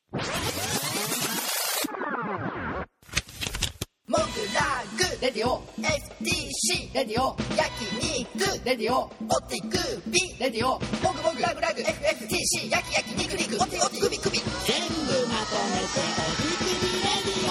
モグラグレディオ FTC レディオ焼肉レディオオティクビレディオモグモグラグラグ FFTC 焼肉肉オテオテクビクビ全部まとめてオティクビレデ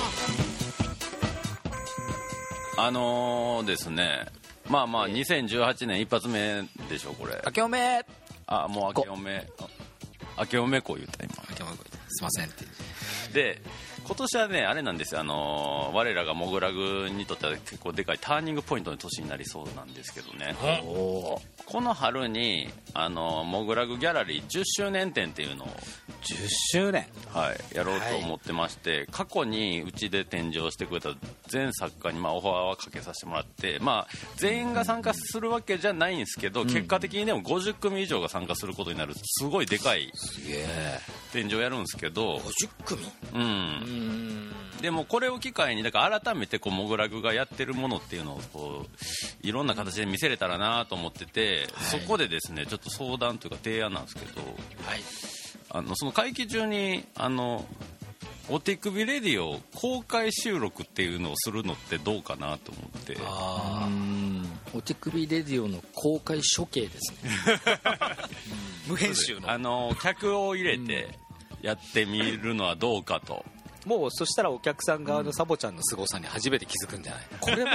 ィオ。ですね、まあ2018年一発目でしょこれ。 明けおめ。 あ、もう明けおめ。明けおめこう言った今。 明けおめこう言った。すいませんって。 で今年はねあれなんですよ、我らがモグラグにとっては結構でかいターニングポイントの年になりそうなんですけどね。この春にモグラグギャラリー10周年展っていうのを 10周年、 はい、やろうと思ってまして、はい、過去にうちで展示をしてくれた全作家にオファーはかけさせてもらって、全員が参加するわけじゃないんですけど、結果的にでも50組以上が参加することになるすごいでかい展示をやるんですけど、 50組、 でもこれを機会にだから改めてモグラグがやってるものっていうのをいろんな形で見せれたらなと思ってて、そこでですねちょっと相談というか提案なんですけど、その会期中にお手首レディオ公開収録っていうのをするのってどうかなと思って。 お手首レディオの公開処刑ですね無編集の客を入れてやってみるのはどうかと。 もうそしたらお客さん側のサボちゃんの凄さに初めて気づくんじゃない？これい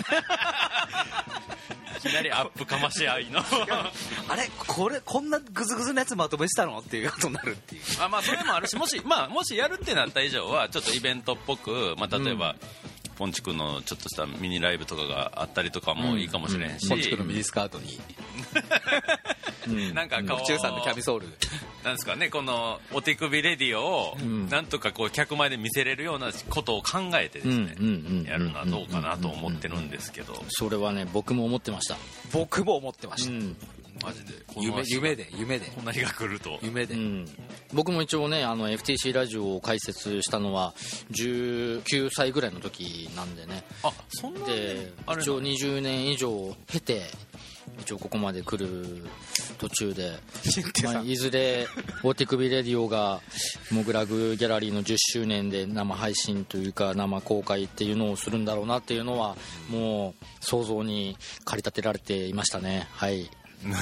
きなりアップかまし合いのあれこんなグズグズのやつまとめてたのっていうことになるっていう。 それもあるし、もしやるってなった以上はちょっとイベントっぽく、例えば、ポンチ君のちょっとしたミニライブとかがあったりとかもいいかもしれんし、 ポンチ君のミニスカートになんか中さんのキャミソールなんですかね、このお手首レディオをなんとか客前で見せれるようなことを考えてですねやるのはどうかなと思ってるんですけど、 それはね僕も思ってました。 僕も思ってました、 マジで夢でこんな日が来ると夢で、 僕も一応ねFTC ラジオを開設したのは19歳ぐらいの時なんでね。 そんなで一応20年以上経て一応ここまで来る途中で、いずれお手首レディオがモグラグギャラリーの10周年で生配信というか生公開っていうのをするんだろうなっていうのはもう想像に駆り立てられていましたね。はい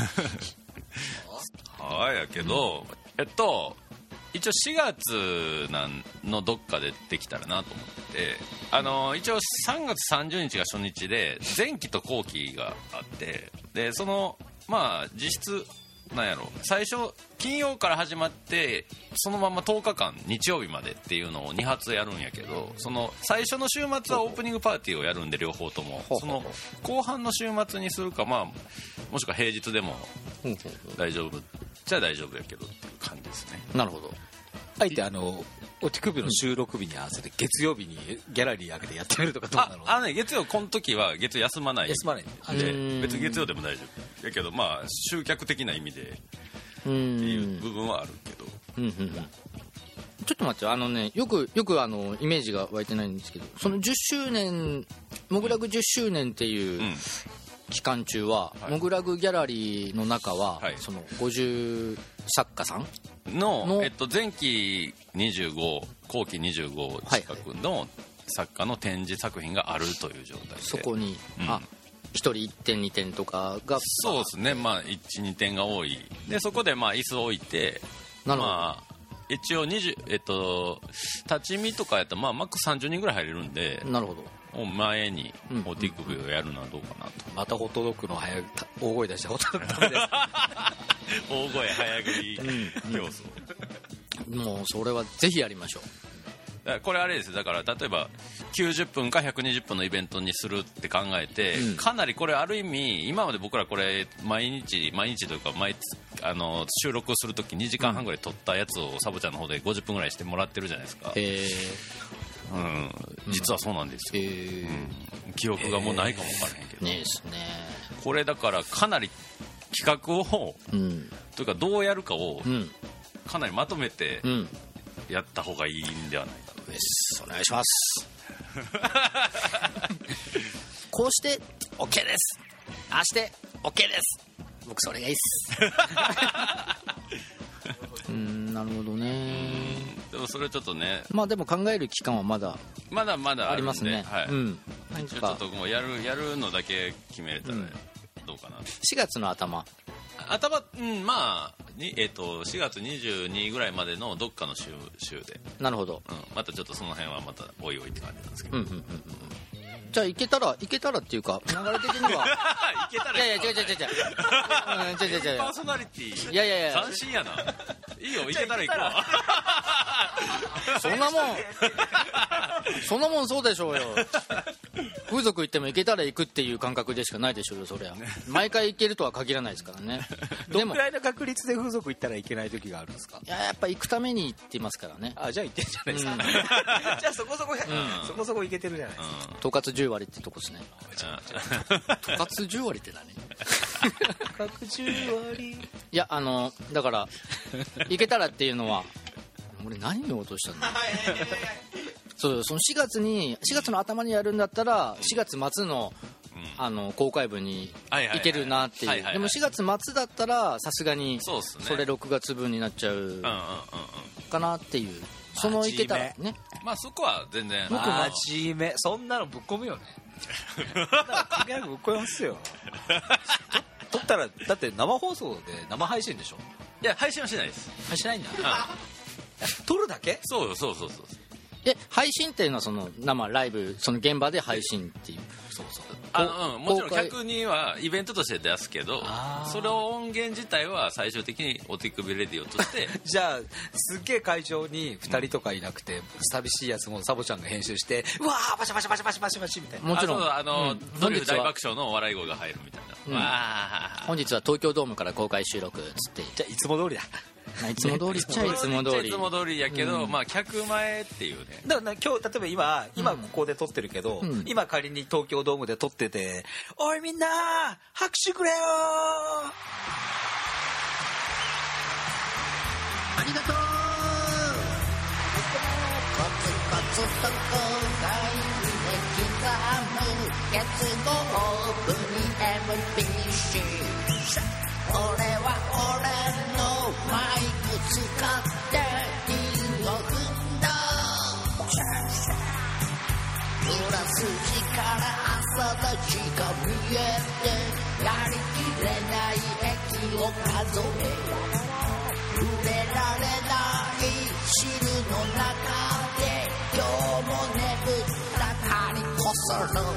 やけど、一応4月のどっかでできたらなと思ってて、一応3月30日が初日で前期と後期があって、でその実質なんやろ、最初金曜から始まってそのまま10日間日曜日までっていうのを2発やるんやけど、その最初の週末はオープニングパーティーをやるんで両方とも、その後半の週末にするかもしくは平日でも大丈夫じゃ大丈夫やけどっていう感じですね。 なるほど。 あえてお手首の収録日に合わせて月曜日にギャラリー開けてやってみるとかどうなの？ 月曜この時は月曜休まないんで別に月曜でも大丈夫やけど、集客的な意味でっていう部分はあるけど、 ちょっと待ってよくイメージが湧いてないんですけど、その10周年モグラグ10周年っていう、期間中は、モグラグギャラリーの中は、その50作家さんの前期25後期25近くの作家の展示作品があるという状態で、 そこに、1人1点2点とかがそうですね、12点が多いで、そこで椅子を置いて、一応立ち見とかやったらマックス30人ぐらい入れるんで、 なるほど、 前にお手首をやるのはどうかなと。 またホットドッグの大声出してホットドッグ食べて大声早食い競争もうそれはぜひやりましょう。 これあれですよ、だから例えば90分か120分のイベントにするって考えて、かなりこれある意味今まで僕らこれ毎日というか収録をするとき2時間半ぐらい撮ったやつをサボちゃんの方で50分ぐらいしてもらってるじゃないですか。実はそうなんですよ。記憶がもうないかも分からへんけど、 ですね。 これだからかなり企画を、というかどうやるかをかなりまとめてやった方がいいんではないかと。 お願いしますこうして OK です、ああして OK です、僕それがいいっすなるほどね。 でもそれちょっとね、 まあでも考える期間はまだまだまだありますね。 はい、 うん。何ちょっかともうやるのだけ決めれたらどうかな、 4月の頭。 まあ4月22ぐらいまでのどっかの週で、 なるほど。 またちょっとその辺はまたおいおいって感じなんですけど、 じゃあ行けたらっていうか流れ的にはいけたらいや違う違うパーソナリティいや斬新やないいよ、いけたら行くわそんなもんそうでしょうよ。風俗行っても行けたら行くっていう感覚でしかないでしょうよ、そりゃ。毎回行けるとは限らないですからね。 どのくらいの確率で風俗行ったらいけない時があるんですか？ いや、やっぱ行くために行ってますからね。 じゃあ行ってんじゃないですか、じゃあそこそこ行けてるじゃないですか。 統括10割ってとこですね。統括10割って何各10割。 いや、だから行けたらっていうのは俺何言おうとしたんだそう、その4月の頭にやるんだったら4月末の公開分に行けるなっていう。でも4月末だったらさすがにそれ6月分になっちゃうかなっていう。その行けたらね、 まあそこは全然真面目。そんなのぶっ込むよね関係なくぶっ込みますよ撮ったらだって生放送で生配信でしょ。 いや、配信はしないです。 配信しないんだ。撮るだけ？ そう配信っていうのはその生ライブ、その現場で配信っていう。 もちろん客にはイベントとして出すけど、それを音源自体は最終的にお手首レディオとしてじゃあすっげえ会場に2人とかいなくて、寂しいやつもサボちゃんが編集して、うわーバシャバシャバシャバシャバシャバシャみたいな。 もちろんドリフ大爆笑の笑い声が入るみたいな、本日は東京ドームから公開収録っつって。 じゃあいつも通りだ。 いつも通りっちゃいつも通りやけど、まあ客前っていうね。 だから今日例えば今ここで撮ってるけど、今仮に東京ドームで撮ってて、おいみんな拍手くれよありがとう。コツコツと後輩で刻む結合部に MPC。 俺は俺のマイク使って韻を踏んだ。裏筋から朝立ちが見えて、やりきれない駅を数え、触れられない汁の中で今日も眠ったかにこそる。舐めたい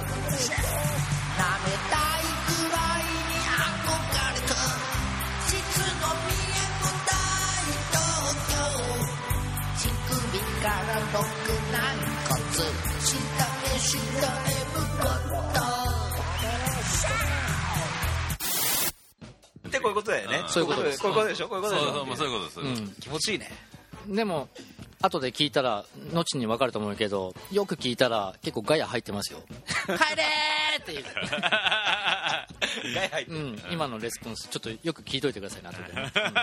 くらいに憧れた実の都大東京。乳首からろく軟骨、下へ下へ向こうと。 ってこういうことだよね。 そういうことです。 こういうことでしょ。こういうことでしょ。 そういうことです。 気持ちいいね。 でも後で聞いたら後に分かると思うけど、よく聞いたら結構ガヤ入ってますよ帰れーっていうガヤ入ってる、今のレスポンスちょっとよく聞いといてくださいな後で、引っ込め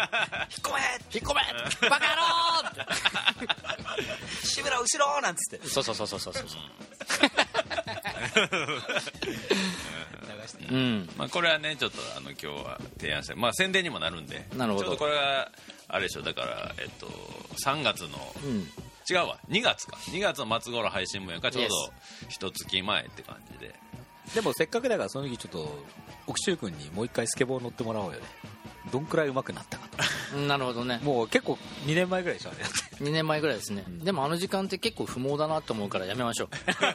バカ野郎って志村後ろなんつってそうまあこれはねちょっと今日は提案して、まあ宣伝にもなるんで、 なるほど。 ちょっとこれはあれでしょ、だから3月の、違うわ2月の末頃配信分やからちょうど一月前って感じで。 でもせっかくだからその時ちょっと奥州君にもう一回スケボー乗ってもらおうよね。どんくらい上手くなったかとなるほどね。 もう結構2年前ぐらいでしょあれ 2年前ぐらいですね、でもあの時間って結構不毛だなと思うからやめましょう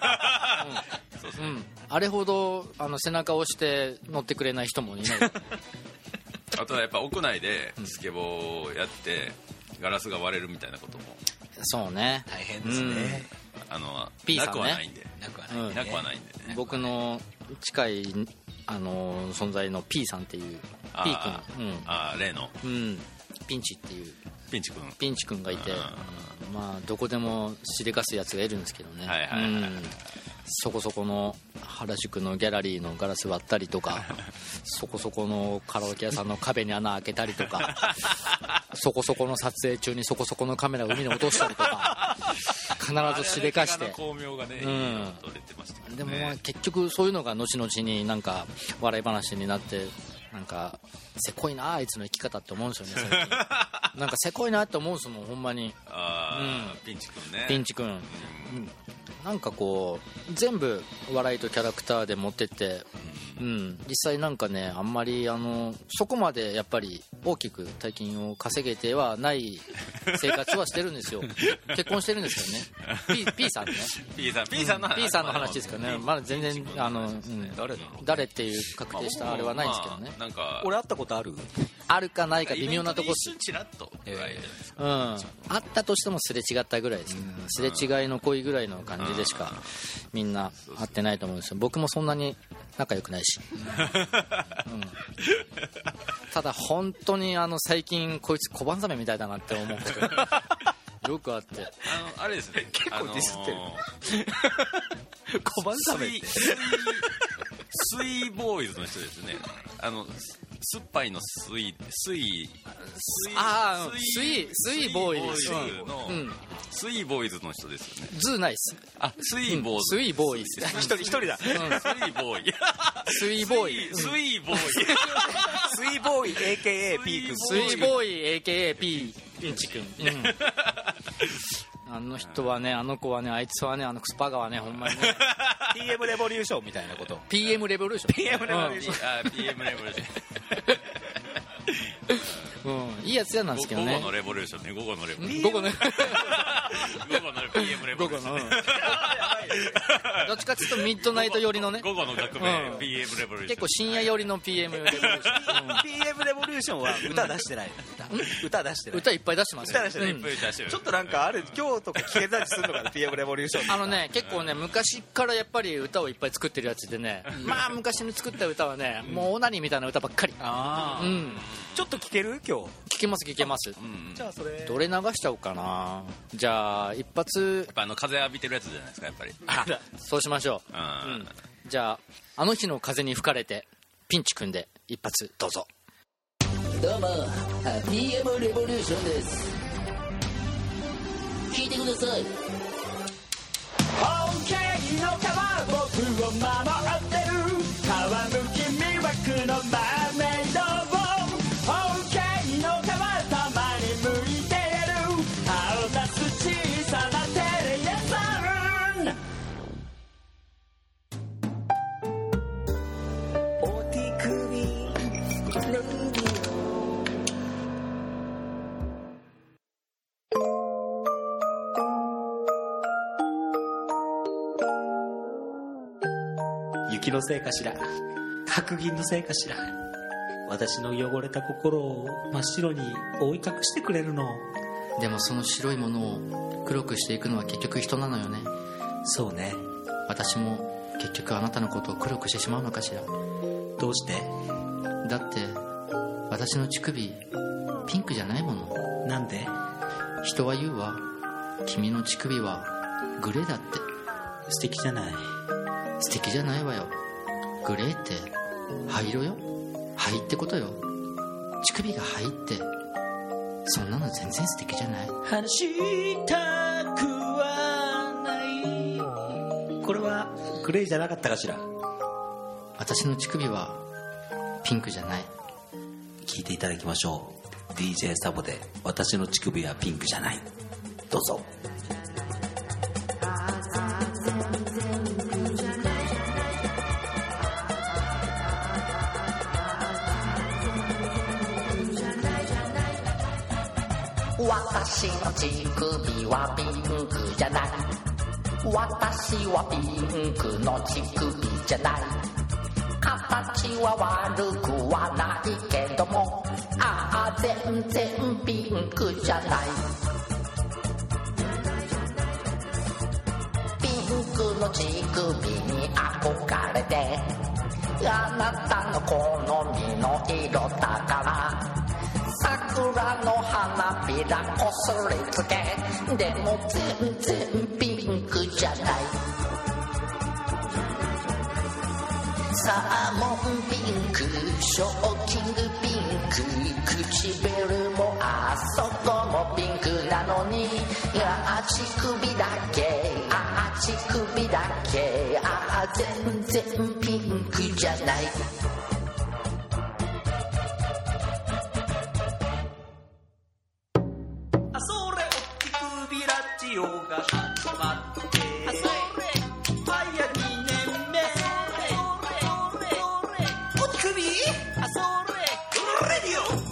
あれほど背中を押して乗ってくれない人もいないあとはやっぱ屋内でスケボーをやってガラスが割れるみたいなこともそうね大変ですね、 P さんねなくはないんで、なくはないんでね。 僕の近い存在の P さんっていう P 君、 例の、 ピンチっていうピンチ君がいて、まあどこでもしでかすやつがいるんですけどね、そこそこの原宿のギャラリーのガラス割ったりとかそこそこのカラオケ屋さんの壁に穴開けたりとかそこそこの撮影中にそこそこのカメラを海に落としたりとか必ずしでかして、 巧妙がね、取れてましたね。 でもまあ結局そういうのが後々になんか笑い話になってなんかせこいなあいつの生き方って思うんですよね最近なんかせこいなって思うんですもんほんまに。 ピンチ君ね。 ピンチ君、なんかこう全部笑いとキャラクターで持ってって、実際なんかねあんまりそこまでやっぱり大きく大金を稼げてはない生活はしてるんですよ結婚してるんですよね P さんね P さんの話、 P さんの話ですからね。まだ全然誰っていう確定したあれはないんですけどね。 なんか俺会ったことある？ あるかないか微妙なとこっす。 一瞬チラッとぐらいじゃないですか。 あったとしてもすれ違ったぐらいです、すれ違いの恋ぐらいの感じでしかみんな会ってないと思うんですよ。僕もそんなに仲良くないし、ただ本当に最近こいつ小判ザメみたいだなって思うことよくあってあれですね、 結構ディスってる小判ザメってスイボーイズの人ですね。酸っぱいのスイボーイズのスイボーイズの人ですよね。 ズーナイス。 スイボーイズ。 スイボーイズ。 一人だ。 スイボーイ。 スイボーイ。 スイボーイ。 スイボーイ AKA ピー君。 スイボーイ AKA ピンチ君。あの人はね、あの子はね、あいつはね、クスパガはね、ほんまにね。 PM レボリューションみたいなこと。 PM レボリューション。 PM レボリューション。 PM レボリューション。 いいやつやなんですけどね。 午後のレボリューションね。午後の PM レボリューション。 どっちかっていうとミッドナイト寄りのね。 午後の革命 PM レボリューション。 結構深夜寄りの PM レボリューション。 PM レボリューションは歌出してない。歌出してない。 歌いっぱい出してますよ。 ちょっとなんかあれ今日とか聞けたりするのかな PM レボリューション。 ね結構ね昔からやっぱり歌をいっぱい作ってるやつでね、まあ昔に作った歌はね、もうオナニーみたいな歌ばっかり。 ちょっと聞ける今日。 聞けます。 じゃあそれどれ流しちゃおうかな。じゃあ一発。 やっぱ風浴びてるやつじゃないですかやっぱり。 そうしましょう。じゃああの日の風に吹かれてピンチ組んで一発どうぞ。 どうも PM レボリューションです。聞いてください。 OK の川僕を守ってる川向き魅惑のマーメイドを OK の川たまに向いてる顔出す小さなテレ屋さん OT 組レディ雪のせいかしら白銀のせいかしら私の汚れた心を真っ白に覆い隠してくれるの。 でもその白いものを黒くしていくのは結局人なのよね。 そうね。 私も結局あなたのことを黒くしてしまうのかしら。 どうして？ だって私の乳首ピンクじゃないもの。 なんで？ 人は言うわ、君の乳首はグレーだって。 素敵じゃない。 素敵じゃないわよ。グレーって灰色よ。灰ってことよ。乳首が灰ってそんなの全然素敵じゃない。 話したくはない。これはグレーじゃなかったかしら。 私の乳首はピンクじゃない。 聞いていただきましょう。 DJ サボで私の乳首はピンクじゃない。どうぞ。 私の乳首はピンクじゃない。私はピンクの乳首じゃない。形は悪くはないけども、ああ全然ピンクじゃない。ピンクの乳首に憧れて、あなたの好みの色だから桜の花びらこすりつけ、でも全然ピンクじゃない。サーモンピンク、ショッキングピンク、唇もあそこもピンクなのに、あ乳首だけ、あ乳首だけ、あ全然ピンクじゃない。 ラジオが始まって早2年目お手首レディオ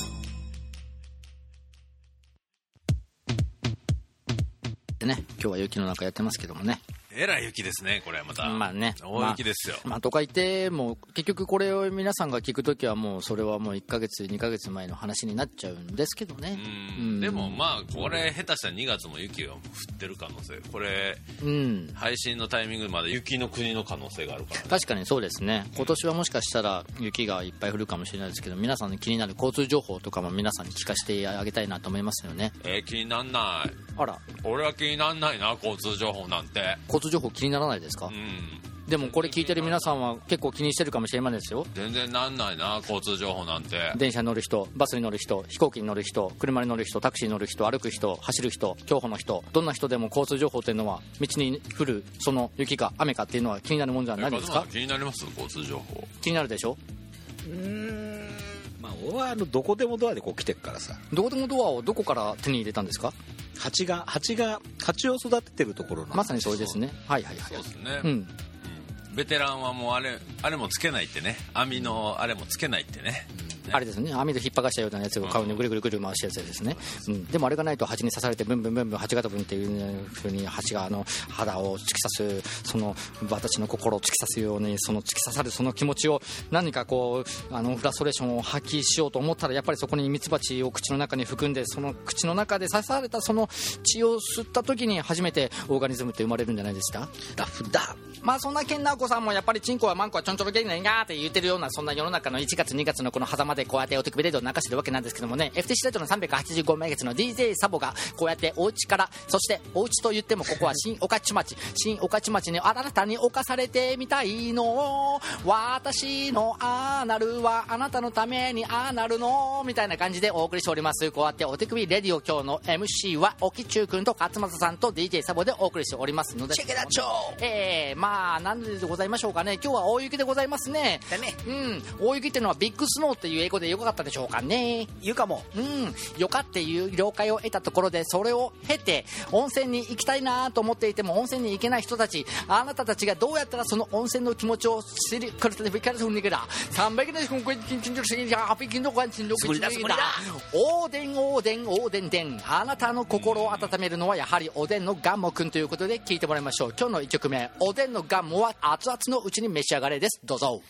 でね、今日は雪の中やってますけどもね。 えらい雪ですね、これはまた。 まあね、 大雪ですよ。 まあとか言っても結局これを皆さんが聞くときはもうそれはもう1ヶ月2ヶ月前の話になっちゃうんですけどね。 でもまあこれ下手したら2月も雪が降ってる可能性、これ、配信のタイミングまで雪の国の可能性があるから、ね、 確かにそうですね。今年はもしかしたら雪がいっぱい降るかもしれないですけど、皆さんに気になる交通情報とかも皆さんに聞かせてあげたいなと思いますよね。 気になんない。 あら、 俺は気になんないな、交通情報なんて。 交通情報気にならないですか？でもこれ聞いてる皆さんは結構気にしてるかもしれませんですよ。 全然なんないな、交通情報なんて。 電車に乗る人、バスに乗る人、飛行機に乗る人、車に乗る人、タクシーに乗る人、歩く人、走る人、競歩の人、どんな人でも交通情報っていうのは道に降るその雪か雨かっていうのは気になるもんじゃないですか？ 気になります？交通情報気になるでしょ。 まあ俺はどこでもドアでこう来てるからさ。 どこでもドアをどこから手に入れたんですか？ 蜂を育ててるところの。 まさにそれですね。はいはいはい。 そうですね。ベテランはもうあれもつけないってね、網のあれもつけないってね、 あれですね、網で引っ張がしたようなやつを顔にぐるぐるぐる回したやつですね。でもあれがないと蜂に刺されてブンブンブンブン蜂が飛ぶっていう風に蜂が肌を突き刺す、その私の心を突き刺すように、その突き刺さるその気持ちを何かこうフラストレーションを発揮しようと思ったら、やっぱりそこにミツバチを口の中に含んで、その口の中で刺されたその血を吸った時に初めてオーガニズムって生まれるんじゃないですか。 ラフだ。 まあそんな健直子さんもやっぱりチンコはマンコはちょんちょろゲイなんやって言ってるような、そんな世の中の1月2月のこの狭間でこうやってお手首レディオを流してるわけなんですけどもね、 FTC ラジオの385メガヘルツの DJ サボがこうやってお家から、そしてお家と言ってもここは新御徒町に新たに侵されてみたいの、私のアナルはあなたのためにアナルのみたいな感じでお送りしております。こうやってお手首レディオ、今日の MC は沖中君と勝俣さんと DJ サボでお送りしておりますので、 チェケラチョー。 まあ何でございましょうかね。今日は大雪でございますね。 だね。 大雪っていうのはビッグスノーっていう英語でよかったでしょうかね。 言うかも。 よかっていう了解を得たところで、それを経て温泉に行きたいなと思っていても温泉に行けない人たち、あなたたちがどうやったらその温泉の気持ちを知りくれてビカルスニゲラ300年今回緊張していハッピーキンドカンチンドキチニゲラおでんでん、あなたの心を温めるのはやはりおでんのガンモくんということで聞いてもらいましょう。今日の1曲目、おでんのガンモは熱々のうちに召し上がれです。どうぞ。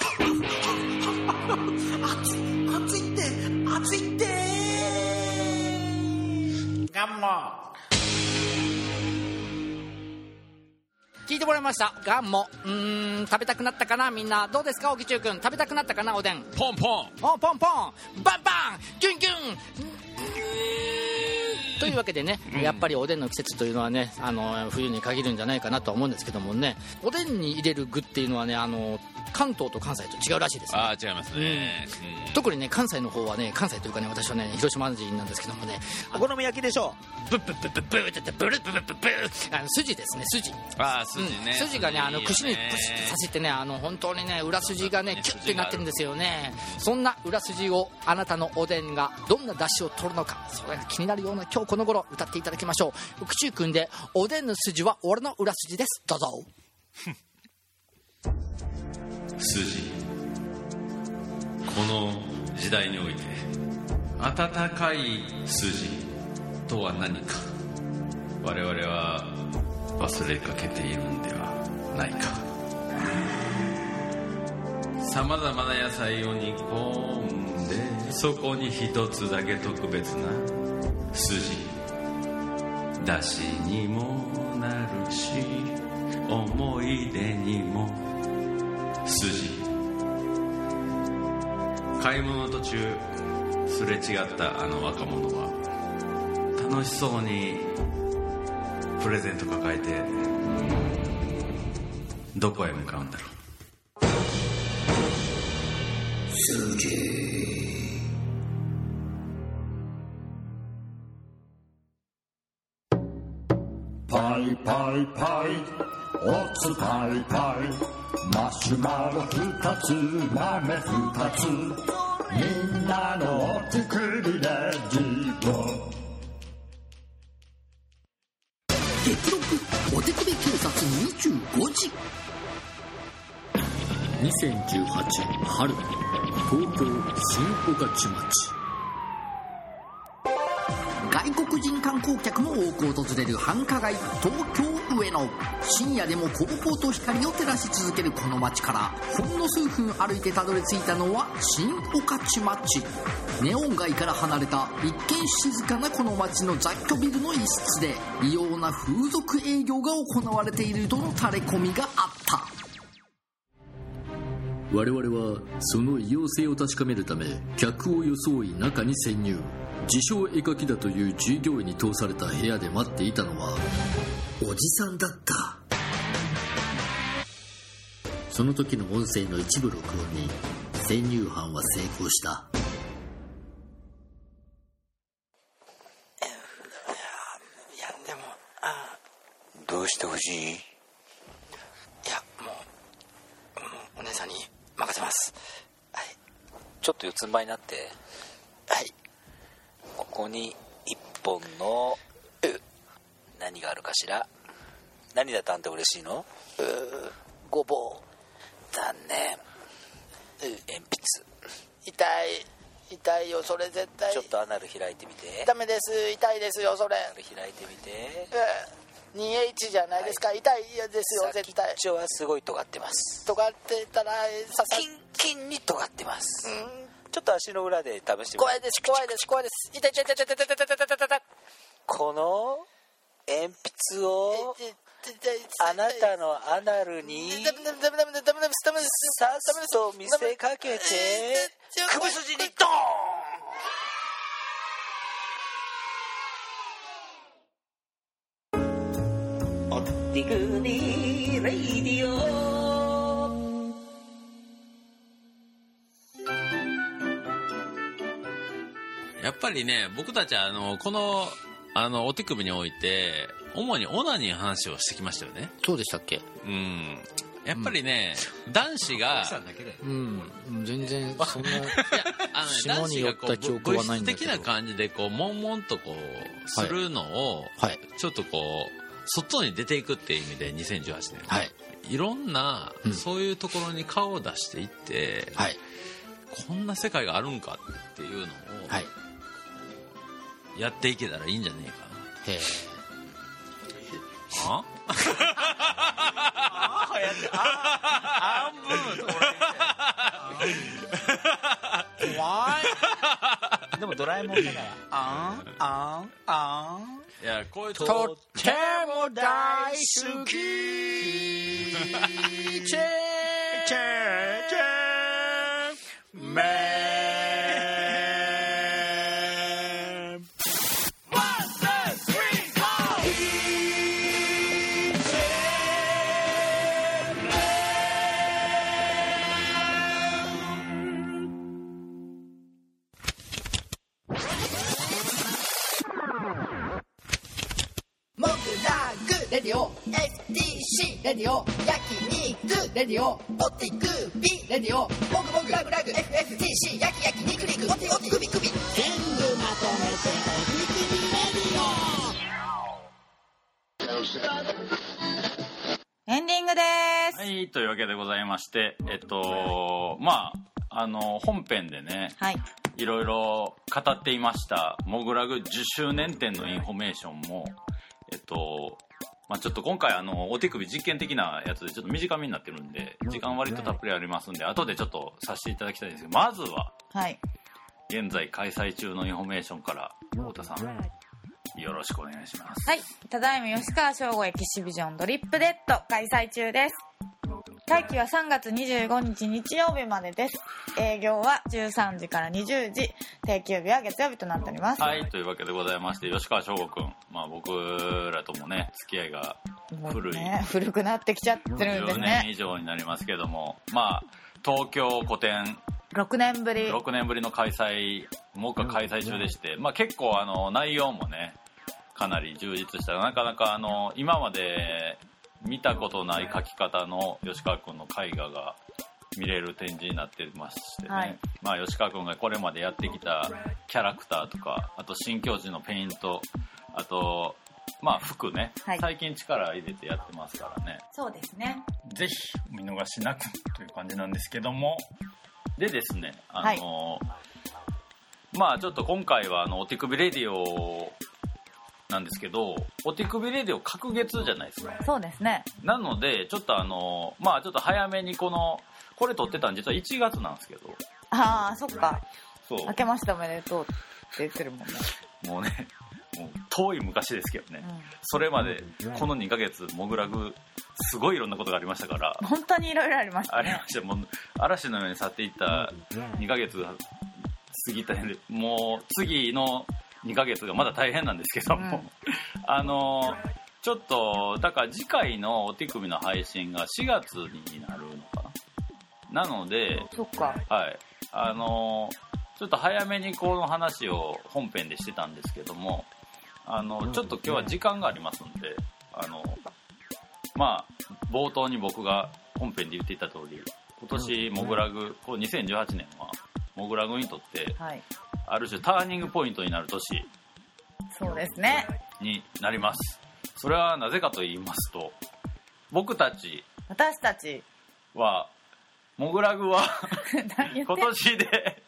熱いってガンモ聞いてもらいました。ガンモ食べたくなったかな。みんなどうですか？沖中君食べたくなったかな。おでんポンポンポンポンバンバンギュンギュンというわけでね、やっぱりおでんの季節というのはね、冬に限るんじゃないかなとは思うんですけどもね、おでんに入れる具っていうのはね、関東と関西と違うらしいですね。 違いますね。 特にね関西の方はね、関西というかね、私はね広島人なんですけどもね、 お好み焼きでしょ。 筋ですね、筋。 筋ね。 筋がね串にプシッと刺してね、本当にね裏筋がねキュッてなってるんですよね。そんな裏筋をあなたのおでんがどんな出汁を取るのか、それが気になるような今日この頃歌っていただきましょう。口中君でおでんの筋は俺の裏筋です。どうぞ。 筋、この時代において温かい筋とは何か、我々は忘れかけているんではないか。さまざまな野菜を煮込んで、そこに一つだけ特別な筋、だしにもなるし思い出にも筋。買い物途中すれ違ったあの若者は楽しそうにプレゼント抱えてどこへ向かうんだろう。筋。 パイパイパイおつパイパイマシュマロ2つ豆2つみんなのお手首レディオ激録お手首警察25時。 2018春、東京新御徒町。 外国人観光客も多く訪れる繁華街東京上野。深夜でもこうこうと光を照らし続けるこの街からほんの数分歩いてたどり着いたのは新御徒町。ネオン街から離れた一見静かなこの街の雑居ビルの一室で異様な風俗営業が行われているとのタレコミがあった。 我々はその異様性を確かめるため客を装い中に潜入。自称絵描きだという従業員に通された部屋で待っていたのはおじさんだった。その時の音声の一部録音に潜入班は成功した。 いやでもどうしてほしい？ いやもうお姉さんに任せます。はい。 ちょっと四つん這いになって。 はい。 ここに一本の何があるかしら。何だったんで嬉しいの？ ごぼう。 残念。鉛筆。 痛いよそれ絶対。 ちょっとアナル開いてみて。 ダメです。痛いですよそれ。 アナル開いてみて。 2H じゃないですか、はい、痛いですよ絶対。 先っちょはすごい尖ってます。 尖ってたらキンに尖ってます。ちょっと足の裏で試してみて。 怖いです。痛い。 この鉛筆をあなたのアナルに刺すと見せかけて首筋にドーン。おってくにレイディオ。 やっぱりね、僕たちはこのお手首において主にオナニーの話をしてきましたよね。 そうでしたっけ？ やっぱりね、男子が全然そんな男子がこう物質的な感じでこう悶々とこうするのを、ちょっとこう外に出ていくっていう意味で2018年、いろんな、そういうところに顔を出していって、こんな世界があるんかっていうのを、やっていけたらいいんじゃねえかな。へえ。 怖い。でもドラえもんだから。 いやこういうとっても大好き。 レディオ FTC レディオ焼肉レディオオティクビレディオモグモグラグラグ FFTC 焼肉肉オテオテクビクビ全部まとめてオティクビレディオ。 エンディングです。 はい、というわけでございまして、本編でね、いろいろ語っていましたモグラグ10周年展のインフォメーションもちょっと今回お手首実験的なやつでちょっと短めになってるんで時間割とたっぷりありますんで後でちょっとさせていただきたいんですけど、まずは、現在開催中のインフォメーションから太田さんよろしくお願いします。 はい、ただいま吉川翔吾エキシビジョンドリップデッド開催中です。会期は3月25日日曜日までです。営業は13時から20時、定休日は月曜日となっております。 はい、というわけでございまして吉川翔吾くん、僕らともね付き合いが古くなってきちゃってるんですね。 10年以上になりますけども、東京個展 6年ぶりの開催もう一回開催中でして、結構内容もねかなり充実したなかなか今まで見たことない描き方の吉川君の絵画が見れる展示になってましてね、吉川君がこれまでやってきたキャラクターとか、あと新境地のペイント、あとまあ服ね、 はい、 最近力入れてやってますからね。 そうですね。 ぜひお見逃しなくという感じなんですけども、でですね、はい、まあちょっと今回はお手首レディオなんですけど、お手首レディオ隔月じゃないですか。 そうですね。 なのでちょっとまあちょっと早めにこれ撮ってたん実は1月なんですけど。 ああ、そっか。 そう。 明けましておめでとうって言ってるもんね。 もうね、もう遠い昔ですけどね、それまでこの2ヶ月モグラグすごいいろんなことがありましたから。 本当にいろいろありましたね。 ありました。もう嵐のように去っていった2ヶ月が過ぎたんで、もう次の2ヶ月がまだ大変なんですけども、ちょっとだから次回のお手首の配信が4月になるのかな。なので、 そっか、 はい、ちょっと早めにこの話を本編でしてたんですけども、ちょっと今日は時間がありますので、まあ冒頭に僕が本編で言っていた通り、今年モグラグ、こう2018年はモグラグにとって、はい、ある種ターニングポイントになる年、 そうですね、 になります。それはなぜかと言いますと、私たちはモグラグは今年で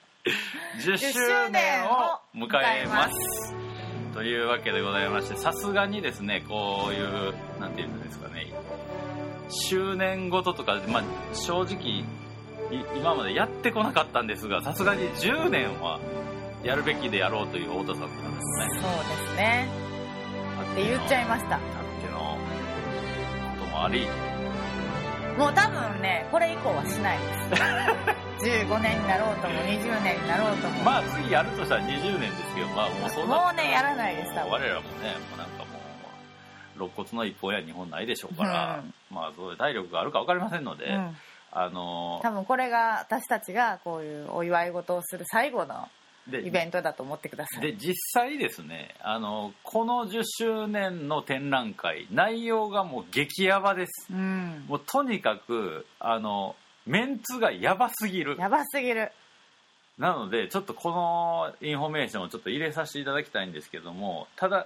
10周年を迎えますというわけでございまして、さすがにですね、こういうなんていうんですかね、周年ごととか、まあ、正直今までやってこなかったんですが、さすがに10年はやるべきでやろうという太田さんなんですね。 そうですねって言っちゃいました。 さっきのこともあり、 もう多分ね、これ以降はしないです15年になろうとも20年になろうとも、 まあ次やるとしたら20年ですけど、まあもうそんなもうね、やらないです。多分我らもね、もうなんかもう肋骨の一本や2本ないでしょうから、まあそういう体力があるか分かりませんので、 多分これが私たちがこういうお祝い事をする最後のイベントだと思ってください。 で実際ですね、この10周年の展覧会、内容がもう激ヤバです、もうとにかくメンツがヤバすぎる。なのでちょっとこのインフォメーションをちょっと入れさせていただきたいんですけども、ただ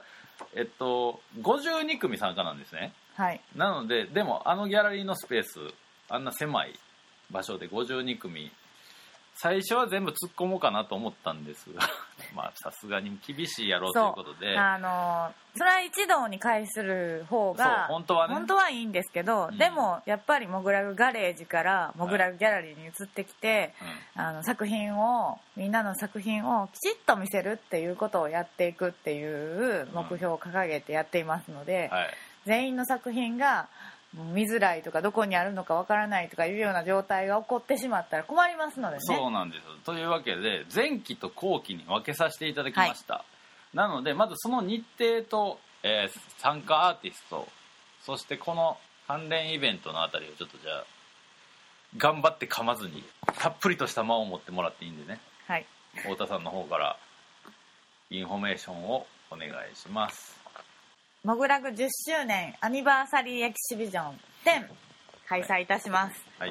52組参加なんですね。 はい。 なのででもギャラリーのスペース、あんな狭い場所で52組、最初は全部突っ込もうかなと思ったんですがまあさすがに厳しいやろうということで、それは一堂に会する方が本当はね、 本当はいいんですけど、でもやっぱりモグラグガレージからモグラグギャラリーに移ってきて、作品を、みんなの作品をきちっと見せるっていうことをやっていくっていう目標を掲げてやっていますので、全員の作品が見づらいとかどこにあるのかわからないとかいうような状態が起こってしまったら困りますのでね。 そうなんです。というわけで前期と後期に分けさせていただきました、なのでまずその日程と、参加アーティスト、そしてこの関連イベントのあたりをちょっとじゃあ頑張って噛まずにたっぷりとした間を持ってもらっていいんでね、 はい、 太田さんの方からインフォメーションをお願いします。 モグラグ10周年アニバーサリーエキシビジョン10開催いたします、 はい、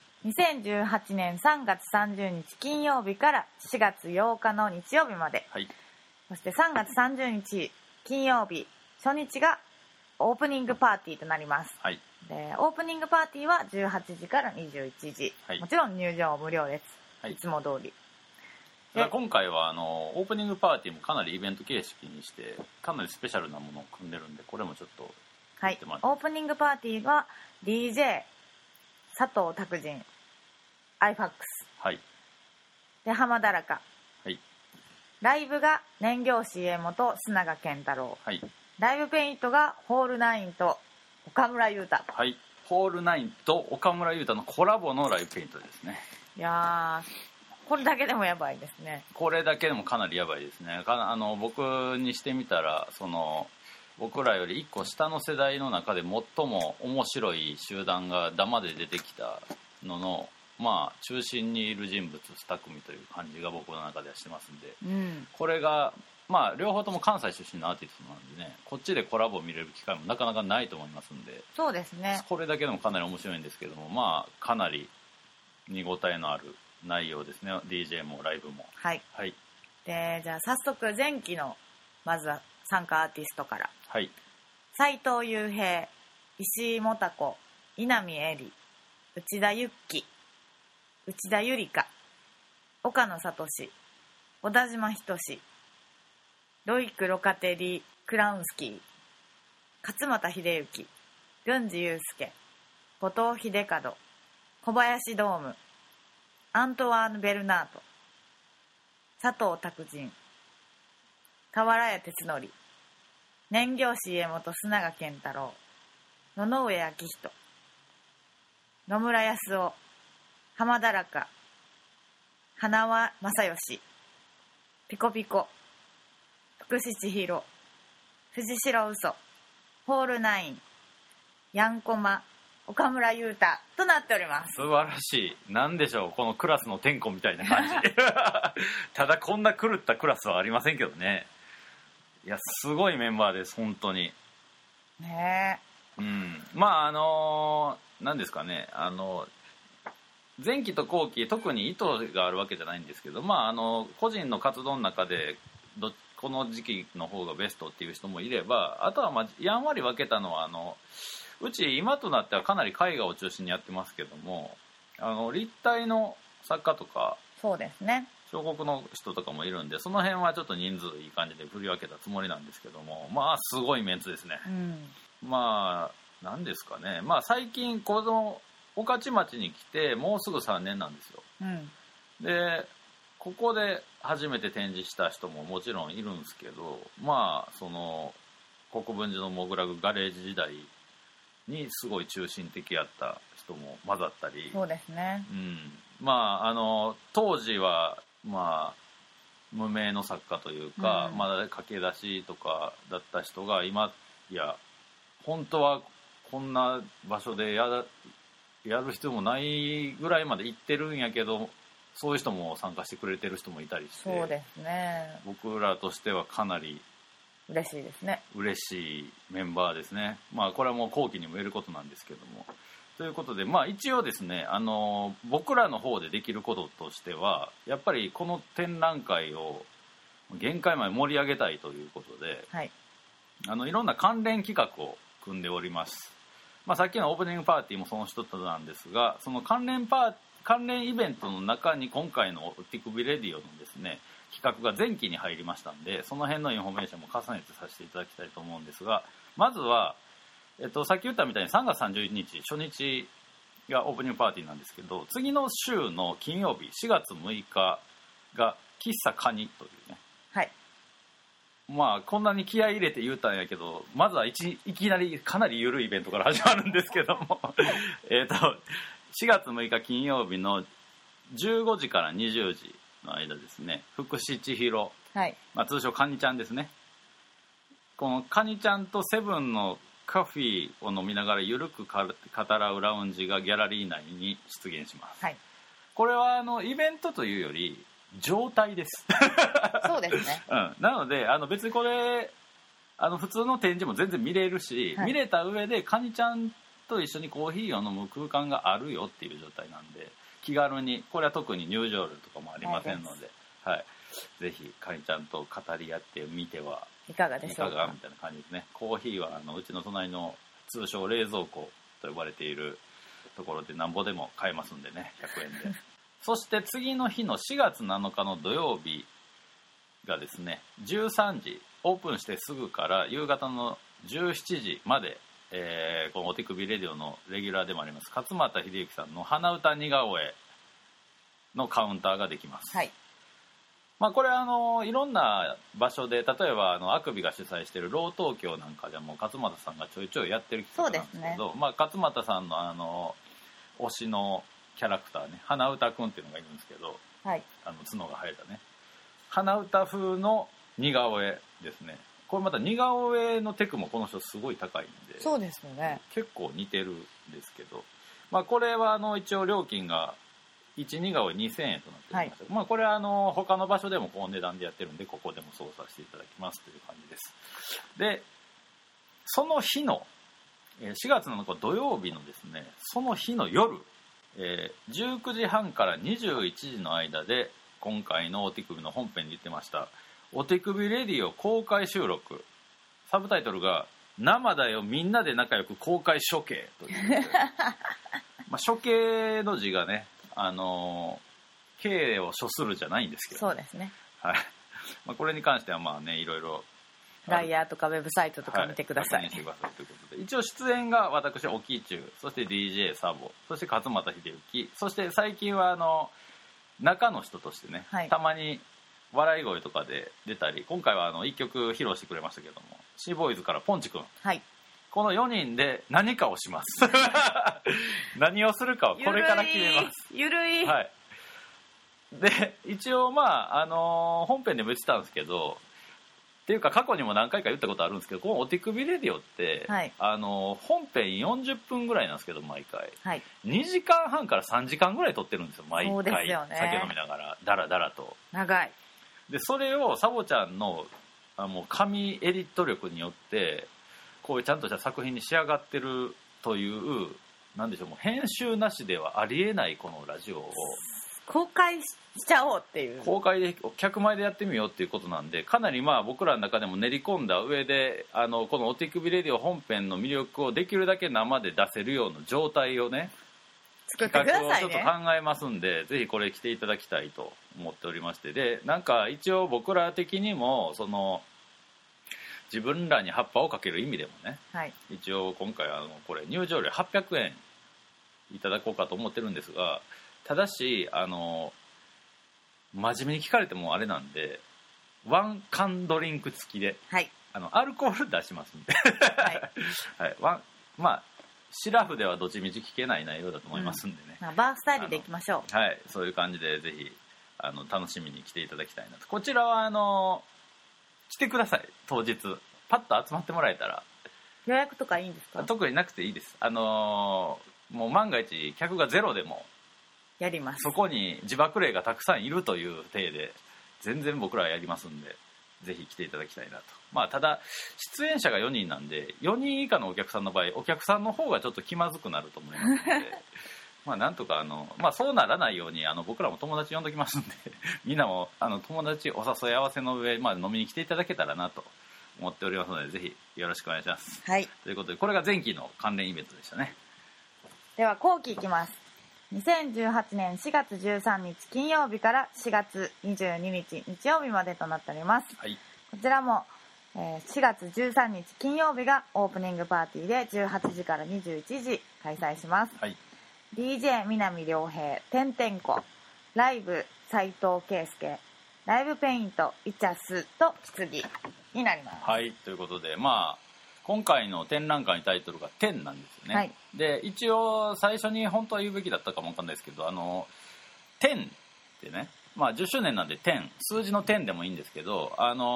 2018年3月30日金曜日から4月8日の日曜日まで、そして3月30日金曜日初日がオープニングパーティーとなります、でオープニングパーティーは18時から21時、もちろん入場無料です、いつも通り。 今回はオープニングパーティーもかなりイベント形式にしてかなりスペシャルなものを組んでるんで、これもちょっとはい、オープニングパーティーは DJ 佐藤拓人 iFAX、で浜田らか、ライブが燃料 CM と須永健太郎、ライブペイントがホールナインと岡村優太、 ホールナインと岡村優太のコラボのライブペイントですね。 いやこれだけでもやばいですね。 これだけでもかなりやばいですね。僕にしてみたら僕らより1個下の世代の中で最も面白い集団がダマで出てきたのの、まあ、中心にいる人物2組という感じが僕の中ではしてますんで、これが、まあ、両方とも関西出身のアーティストなんでね、こっちでコラボを見れる機会もなかなかないと思いますんで、 そうですね、 これだけでもかなり面白いんですけども、まあ、かなり見応えのある内容ですね。 DJ もライブも。 でじゃあ早速前期のまずは参加アーティストから。 斉藤雄平、石井もた子、稲見絵里、内田ゆっき、内田ゆりか、岡野聡、小田島仁、ロイク・ロカテリ・クラウンスキー、勝俣秀幸、郡司祐介、後藤秀門、小林ドーム、アントワーヌ・ベルナート、佐藤拓人、河原谷哲則、燃業師家元須永健太郎、野々上昭人、野村康夫、浜田中、花輪正義、ピコピコ、福士千尋、藤代嘘、ホールナイン、ヤンコマ、岡村優太となっております。 素晴らしい。なんでしょう、このクラスの天候みたいな感じただこんな狂ったクラスはありませんけどね。いや、すごいメンバーです、本当にねえ。まあ何ですかね、前期と後期特に意図があるわけじゃないんですけど、まあ個人の活動の中でこの時期の方がベストっていう人もいれば、あとはまあやんわり分けたのはうち今となってはかなり絵画を中心にやってますけども、立体の作家とかそうですね、 彫刻の人とかもいるんで、その辺はちょっと人数いい感じで振り分けたつもりなんですけども、まあすごいメンツですね。まあ何ですかね、まあ最近この御徒町に来てもうすぐ3年なんですよ。でここで初めて展示した人ももちろんいるんですけど、まあその国分寺のモグラグガレージ時代にすごい中心的やった人も混ざったり、 そうですね、 まあ当時はまあ無名の作家というか、まだ駆け出しとかだった人が今や本当はこんな場所でやる必要もないぐらいまで行ってるんやけど、そういう人も参加してくれてる人もいたりして、 そうですね、 僕らとしてはかなり嬉しいですね。 嬉しいメンバーですね。まあこれはもう後期にも言えることなんですけども、ということで、まあ一応ですね、僕らの方でできることとしては、やっぱりこの展覧会を限界まで盛り上げたいということで、いろんな関連企画を組んでおります。まあ、さっきのオープニングパーティーもその一つなんですが、その関連イベントの中に今回の手首レディオのですね企画が前期に入りましたんで、その辺のインフォメーションも重ねてさせていただきたいと思うんですが、まずは、さっき言ったみたいに3月30日初日がオープニングパーティーなんですけど、次の週の金曜日4月6日が喫茶カニというね、まあこんなに気合い入れて言うたんやけど、まずはいきなりかなり緩いイベントから始まるんですけども4月6日金曜日の15時から20時の間ですね、福士千尋、まあ、通称カニちゃんですね。このカニちゃんとセブンのカフィーを飲みながらゆるく語らうラウンジがギャラリー内に出現します。これはイベントというより状態ですそうですね、 なので別にこれ普通の展示も全然見れるし、見れた上でカニちゃんと一緒にコーヒーを飲む空間があるよっていう状態なんで、気軽に、これは特に入場料とかもありませんので、ぜひカニちゃんと語り合ってみてはいかがでしょうかみたいな感じですね。コーヒーはうちの隣の通称冷蔵庫と呼ばれているところでなんぼでも買えますんでね、100円でそして次の日の4月7日の土曜日がですね、13時オープンしてすぐから夕方の17時まで、このお手首レディオのレギュラーでもあります勝俣秀幸さんの鼻歌似顔絵のカウンターができます。まあ、これいろんな場所で、例えばあくびが主催しているロー東京なんかでも勝俣さんがちょいちょいやってる企画なんですけど、まあ、勝俣さんの推しのキャラクターね、鼻歌くんっていうのがいるんですけど、角が生えたね鼻歌風の似顔絵ですね。これまた似顔絵のテクもこの人すごい高いんで、 そうですよね、 結構似てるんですけど、まあ、これは一応料金が1似顔絵2000円となっておりました、まあ、これは他の場所でもこの値段でやってるんで、ここでもそうさせていただきますという感じです。でその日の4月7日土曜日のですね、その日の夜19時半から21時の間で、今回のお手首の本編で言ってましたお手首レディオ公開収録、サブタイトルが生だよみんなで仲良く公開処刑というまあ処刑の字がね刑を処するじゃないんですけど、 そうですね。 はい。まあこれに関してはまあねいろいろライヤーとかウェブサイトとか見てください。 はい、確認してくださいということで、一応出演が私沖中、そして DJ サボ、そして勝俣秀幸、そして最近は中の人としてね、 はい、 たまに笑い声とかで出たり、今回は1曲披露してくれましたけども、シーボーイズからポンチ君、 はい、 この4人で何かをします何をするかはこれから決めます。 ゆるい、 はい。で一応まあ本編でも言ってたんですけど、っていうか過去にも何回か言ったことあるんですけど、このお手首レディオって、はい、本編40分ぐらいなんですけど毎回、はい、2時間半から3時間ぐらい撮ってるんですよ毎回。そうですよね、酒飲みながらダラダラと長い。 でそれをサボちゃんの紙エディット力によってこういうちゃんとした作品に仕上がってるという、なんでしょう、もう編集なしではありえないこのラジオを公開しちゃおうっていう、 公開で客前でやってみようっていうことなんで、かなりまあ僕らの中でも練り込んだ上でこのお手首レディオ本編の魅力をできるだけ生で出せるような状態をね作ってくださいね。 企画をちょっと考えますんで、ぜひこれ来ていただきたいと思っておりまして、でなんか一応僕ら的にも自分らに葉っぱをかける意味でもね、はい、一応今回これ入場料800円いただこうかと思ってるんですが、ただし真面目に聞かれてもあれなんで、ワン缶ドリンク付きで、はい、アルコール出しますんで、はいはい、まあシラフではどっちみち聞けない内容だと思いますんでね、 まあ、バースタイルでいきましょう。 はい、そういう感じでぜひ楽しみに来ていただきたいなと。こちらは来てください。当日パッと集まってもらえたら。 予約とかいいんですか？ 特になくていいです。もう万が一客がゼロでもやります。 そこに自爆霊がたくさんいるという体で全然僕らはやりますんで、ぜひ来ていただきたいなと。まあただ出演者が4人なんで、4人以下のお客さんの場合、お客さんの方がちょっと気まずくなると思いますのでまあなんとかまあそうならないように僕らも友達呼んどきますんでみんなも友達お誘い合わせの上、まあ、飲みに来ていただけたらなと思っておりますので、ぜひよろしくお願いします。 はい。 ということでこれが前期の関連イベントでしたね。 では後期いきます。2018年4月13日金曜日から4月22日日曜日までとなっております。はい、こちらも、4月13日金曜日がオープニングパーティーで18時から21時開催します。はい、DJ 南良平、てんてんこ、ライブ斉藤圭介、ライブペイントイチャスと棺になります。 はい、ということでまあ今回の展覧会のタイトルが10なんですよね。はい、で一応最初に本当は言うべきだったかもわかんないですけど、10ってね、まあ10周年なんで10、数字の10でもいいんですけど、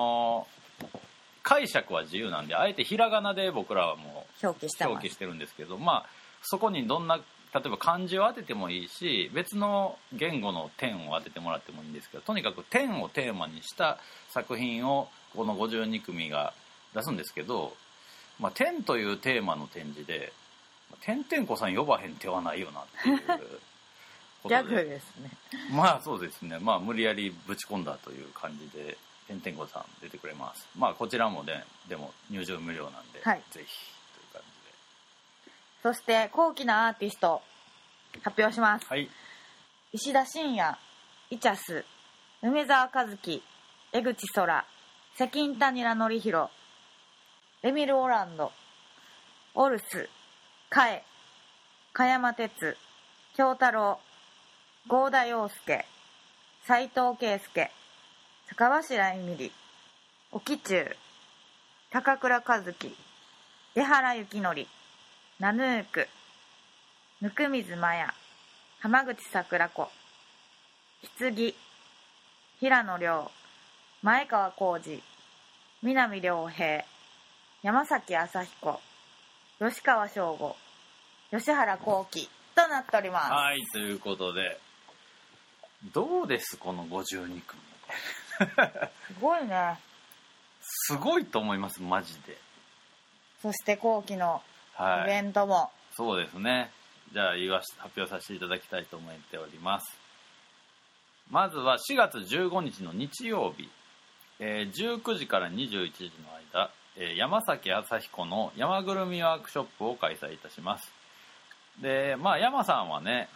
解釈は自由なんで、あえてひらがなで僕らはもう表記してるんですけど、まあそこにどんな例えば漢字を当ててもいいし、別の言語の10を当ててもらってもいいんですけど、とにかく10をテーマにした作品をこの52組が出すんですけど、まあ、10というテーマの展示でてんてんこさん呼ばへん手はないよなっていうことでギャグですね。 まあそうですね、まあ無理やりぶち込んだという感じでてんてんこさん出てくれます。まあこちらもねでも入場無料なんで、はい、ぜひという感じで。 そして後期のアーティスト発表します。はい、石田真也、イチャス、梅沢和樹、江口空、関谷良典弘、エミル・オランド、オルス、カエ、加山哲、京太郎、郷田洋介、斉藤圭介、坂柱恵美里、沖中、高倉和樹、江原幸則、ナヌーク、温水麻也、浜口桜子、棺、平野亮、前川浩二、南良平、山崎朝彦、吉川翔吾、吉原幸喜となっております。 はい、ということでどうですこの52組すごいね。 すごいと思いますマジで。 そして後期のイベントも、はい、 そうですね。じゃあ発表させていただきたいと思っております。まずは4月15日の日曜日、19時から21時の間、 山崎朝彦の山ぐるみワークショップを開催いたします。で、まあ、山さんはね、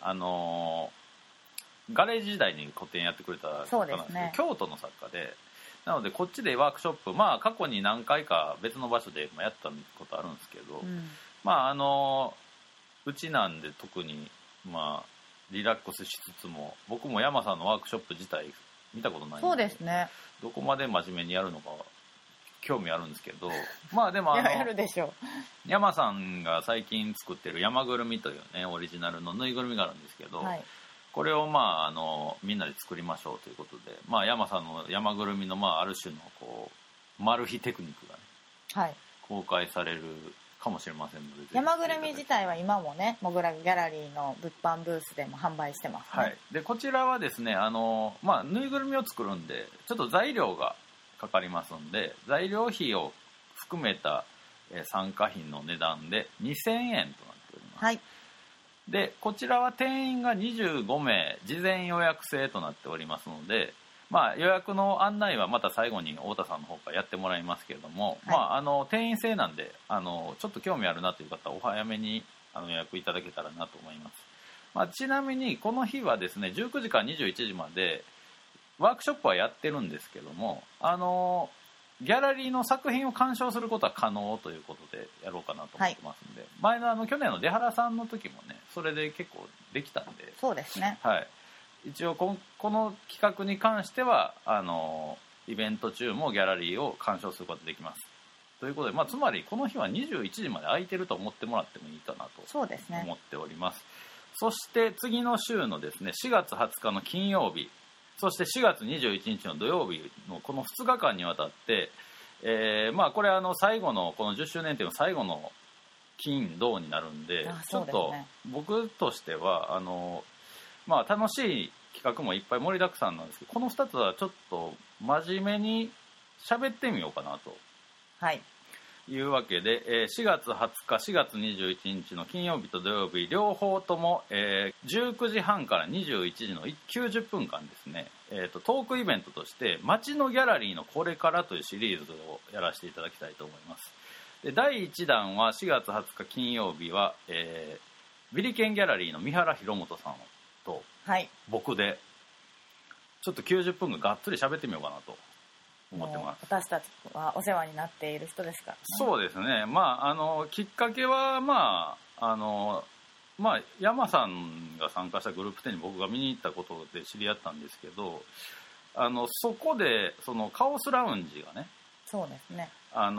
ガレージ時代に個展やってくれた作家なんですけど、京都の作家で、なのでこっちでワークショップ、まあ過去に何回か別の場所でやったことあるんですけど、まあうちなんで特にまあリラックスしつつも、僕も山さんのワークショップ自体見たことないんで、 そうですね、 どこまで真面目にやるのか興味あるんですけど、まあでもやるでしょう。 山さんが最近作ってる山ぐるみというねオリジナルのぬいぐるみがあるんですけど、はい、これをまあみんなで作りましょうということで、まあ、山さんの山ぐるみのまあある種のこうマル秘テクニックがね、はい、公開されるかもしれませんので、 山ぐるみ自体は今もねモグラギャラリーの物販ブースでも販売してますね。 はい、でこちらはですねまあ、ぬいぐるみを作るんでちょっと材料がかかりますんで、材料費を含めた参加費の値段で2000円となっております。はい、でこちらは定員が25名事前予約制となっておりますので、まあ、予約の案内はまた最後に太田さんの方からやってもらいますけれども、はい、まあ、定員制なんでちょっと興味あるなという方はお早めに予約いただけたらなと思います。まあ、ちなみにこの日はですね19時から21時までワークショップはやってるんですけども、ギャラリーの作品を鑑賞することは可能ということでやろうかなと思ってますんで、はい、前の去年の出原さんの時もねそれで結構できたんで、 そうですね、 はい、一応この企画に関してはイベント中もギャラリーを鑑賞することができますということで、まあ、つまりこの日は21時まで空いてると思ってもらってもいいかなと思っております。そして次の週のですね4月20日の金曜日、そして4月21日の土曜日のこの2日間にわたって、まあこれ最後のこの10周年展の最後の金土になるんで、ちょっと僕としてはまあ楽しい企画もいっぱい盛りだくさんなんですけど、この2つはちょっと真面目に喋ってみようかなと。はい。いうわけで、4月20日、4月21日の金曜日と土曜日両方とも、19時半から21時の90分間ですね、トークイベントとして街のギャラリーのこれからというシリーズをやらせていただきたいと思います。で第1弾は4月20日金曜日は、ビリケンギャラリーの三原弘本さんと僕でちょっと90分間がっつり喋ってみようかなと思ってます。 私たちはお世話になっている人ですからね。 そうですね、まあ、きっかけは、まあ山さんが参加したグループ展に僕が見に行ったことで知り合ったんですけど、そこでそのカオスラウンジがね、 そうですね、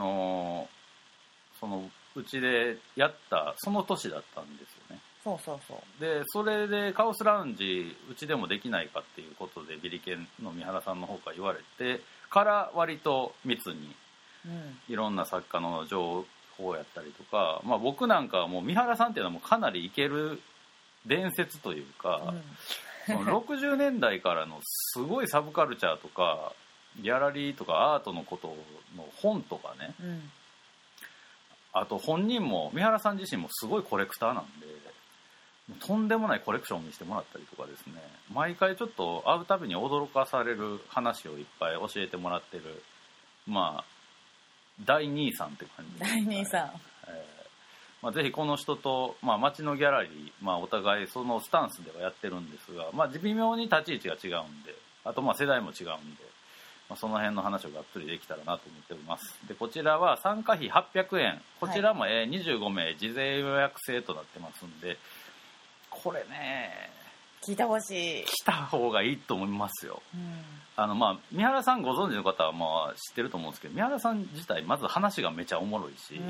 そのうちでやったその年だったんですよね。 そうでそれでカオスラウンジうちでもできないかっていうことでビリケンの三原さんの方から言われてから割と密にいろんな作家の情報やったりとか、まあ、僕なんかはもう三原さんっていうのはもうかなりイケる伝説というか、その60年代からのすごいサブカルチャーとかギャラリーとかアートのことの本とかね、あと本人も三原さん自身もすごいコレクターなんでとんでもないコレクションを見せてもらったりとかですね、毎回ちょっと会うたびに驚かされる話をいっぱい教えてもらってる、まあ第2さんって感じです、 ね、第2さん、 まあ、ぜひこの人と、まあ、街のギャラリー、まあ、お互いそのスタンスではやってるんですが、まあ、微妙に立ち位置が違うんで、あとまあ世代も違うんで、まあ、その辺の話をがっつりできたらなと思っております。でこちらは参加費800円、こちらも25名事前予約制となってますんで、これね聞いてほしい、 来た方がいいと思いますよ。まあ、三原さんご存知の方はまあ知ってると思うんですけど、三原さん自体まず話がめちゃおもろいし、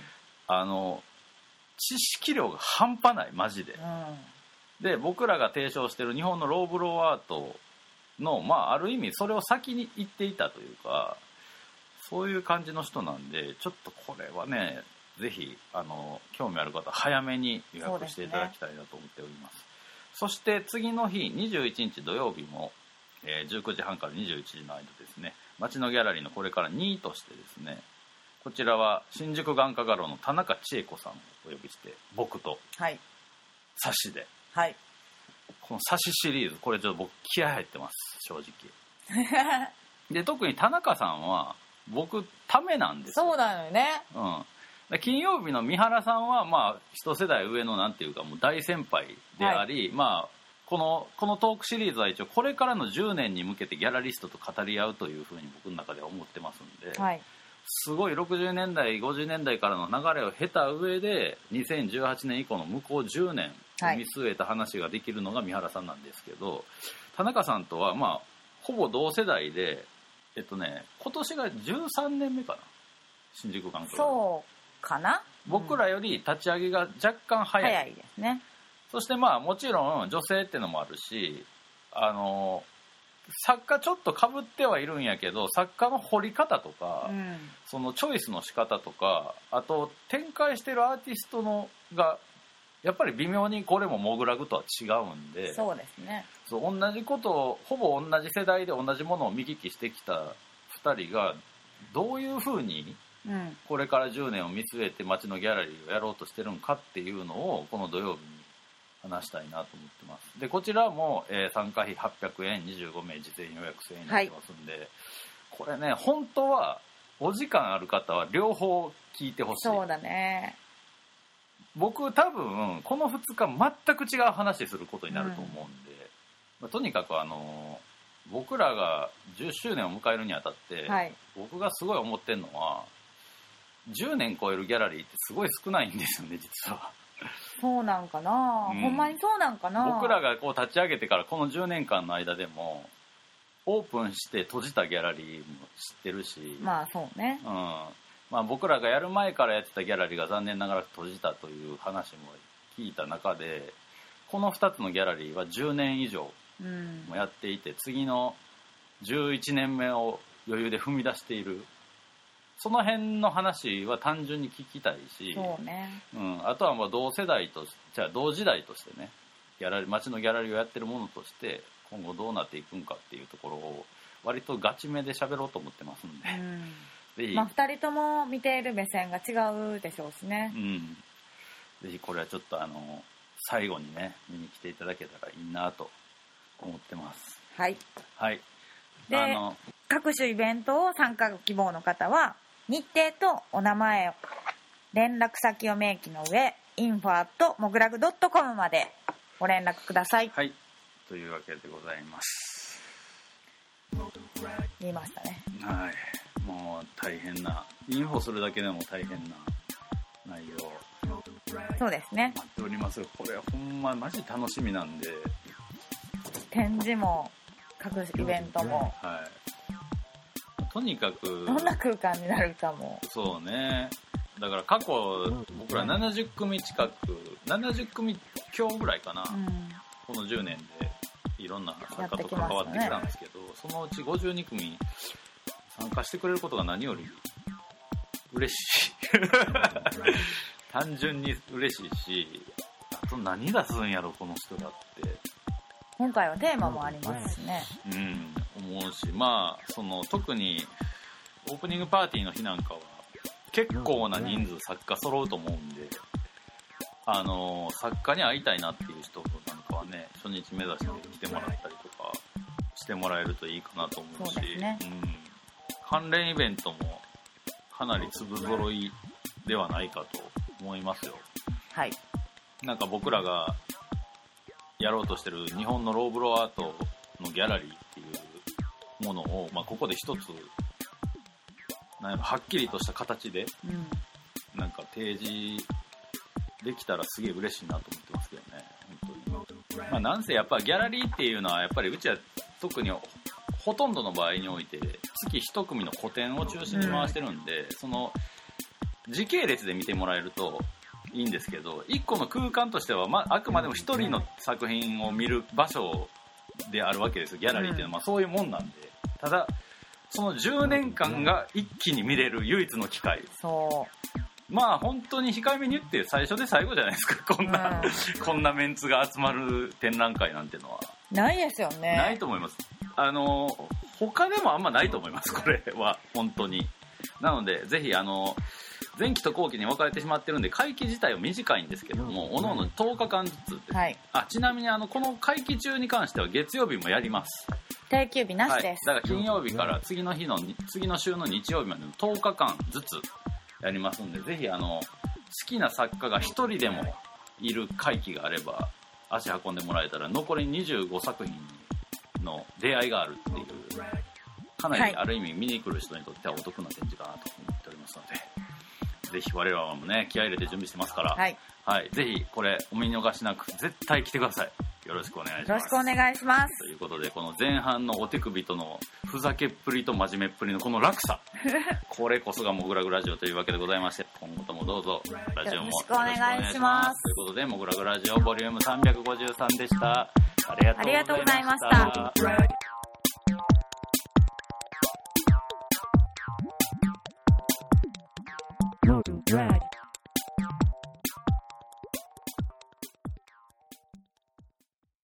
知識量が半端ないマジで、で僕らが提唱してる日本のローブローアートの、まあ、ある意味それを先に言っていたというか、そういう感じの人なんで、ちょっとこれはねぜひ興味ある方は早めに予約していただきたいなと思っております。そして次の日21日土曜日も、19時半から21時の間ですね、街のギャラリーのこれから2位としてですね、こちらは新宿眼科画廊の田中千恵子さんをお呼びして僕と冊子で、この冊子シリーズ、これちょっと僕気合入ってます正直で特に田中さんは僕ためなんですよ。 そうだよね。 金曜日の三原さんはまあ一世代上のなんていうかもう大先輩であり、まあこのトークシリーズは一応これからの10年に向けてギャラリストと語り合うというふうに僕の中では思ってますんで、すごい60年代50年代からの流れを経た上で2018年以降の向こう10年を見据えた話ができるのが三原さんなんですけど、田中さんとはまあほぼ同世代で今年が13年目かな、新宿関係。 そうかな。 僕らより立ち上げが若干早いですね。 そしてまあもちろん女性っていうのもあるし、作家ちょっと被ってはいるんやけど、作家の掘り方とか、そのチョイスの仕方とか、あと展開してるアーティストのがやっぱり微妙にこれもモグラグとは違うんで、 そうですね。 そう同じことをほぼ同じ世代で同じものを見聞きしてきた2人がどういうふうにこれから10年を見据えて街のギャラリーをやろうとしてるのかっていうのをこの土曜日に話したいなと思ってます。でこちらも、参加費800円25名事前予約制になってますんで、これね本当はお時間ある方は両方聞いてほしい。 そうだね。 僕多分この2日全く違う話することになると思うんで、とにかく僕らが10周年を迎えるにあたって、僕がすごい思ってるのは10年超えるギャラリーってすごい少ないんですよね、実は。 そうなんかな、ほんまにそうなんかな。 僕らがこう立ち上げてからこの10年間の間でもオープンして閉じたギャラリーも知ってるし、 まあそうね、 まあ、僕らがやる前からやってたギャラリーが残念ながら閉じたという話も聞いた中で、この2つのギャラリーは10年以上もやっていて、次の11年目を余裕で踏み出している。その辺の話は単純に聞きたいし、 そうね、 あとはまあ同世代とじゃあ同時代としてね、街のギャラリーをやってるものとして今後どうなっていくんかっていうところを割とガチめで喋ろうと思ってますんで、ぜひ、 2人とも見ている目線が違うでしょうしね、 ぜひこれはちょっと最後にね見に来ていただけたらいいなと思ってます。 はい、で各種イベントを参加希望の方は日程とお名前を連絡先を明記の上 info@mogulag.com までご連絡ください。 というわけでございます。 言いましたね。 もう大変なインフォするだけでも大変な内容、 そうですね、 待っておりますよ。これほんまマジ楽しみなんで、 展示も各イベントも、 とにかくどんな空間になるかも。 そうね、だから過去僕ら70組近く70組強ぐらいかな、この10年でいろんな作家と関わってきたんですけど、そのうち52組参加してくれることが何より嬉しい単純に嬉しいし、あと何出すんやろこの人だって、 今回はテーマもありますしね、 思うし、まあ特にオープニングパーティーの日なんかは結構な人数作家揃うと思うんで、作家に会いたいなっていう人なんかはね、初日目指して来てもらったりとかしてもらえるといいかなと思うし、 そうですね、 関連イベントもかなり粒揃いではないかと思いますよ。なんか僕らがやろうとしてる日本のローブローアートのギャラリーっていうものを、ここで一つはっきりとした形でなんか提示できたらすげえ嬉しいなと思ってますけどね、本当に。なんせやっぱギャラリーっていうのはやっぱりうちは特にほとんどの場合において月1組の個展を中心に回してるんで、その時系列で見てもらえるといいんですけど、1個の空間としては、あくまでも1人の作品を見る場所であるわけですよ、ギャラリーっていうのは。そういうもんなんで、ただその10年間が一気に見れる唯一の機会。本当に控えめに言って最初で最後じゃないですか、こんなメンツが集まる展覧会なんてのはないですよね。 ないと思います。他でもあんまないと思います、これは本当に。なのでぜひ前期と後期に分かれてしまってるんで会期自体は短いんですけども、おのおの10日間ずつです、ちなみにこの会期中に関しては月曜日もやります。 定休日なしです、 だから金曜日から次の週の日曜日までの10日間ずつやりますんで、ぜひ好きな作家が1人でもいる会期があれば足運んでもらえたら、残り25作品の出会いがあるっていう、かなりある意味見に来る人にとってはお得な展示かなと思っておりますので、ぜひ我々もね気合い入れて準備してますから、 はい、 ぜひこれお見逃しなく絶対来てください。よろしくお願いします。 よろしくお願いします。 ということで、この前半のお手首とのふざけっぷりと真面目っぷりのこの落差これこそがモグラグラジオというわけでございまして、今後ともどうぞラジオもよろしくお願いします。ということで、モグラグラジオボリューム353でした。ありがとうございました。 Mogu Drag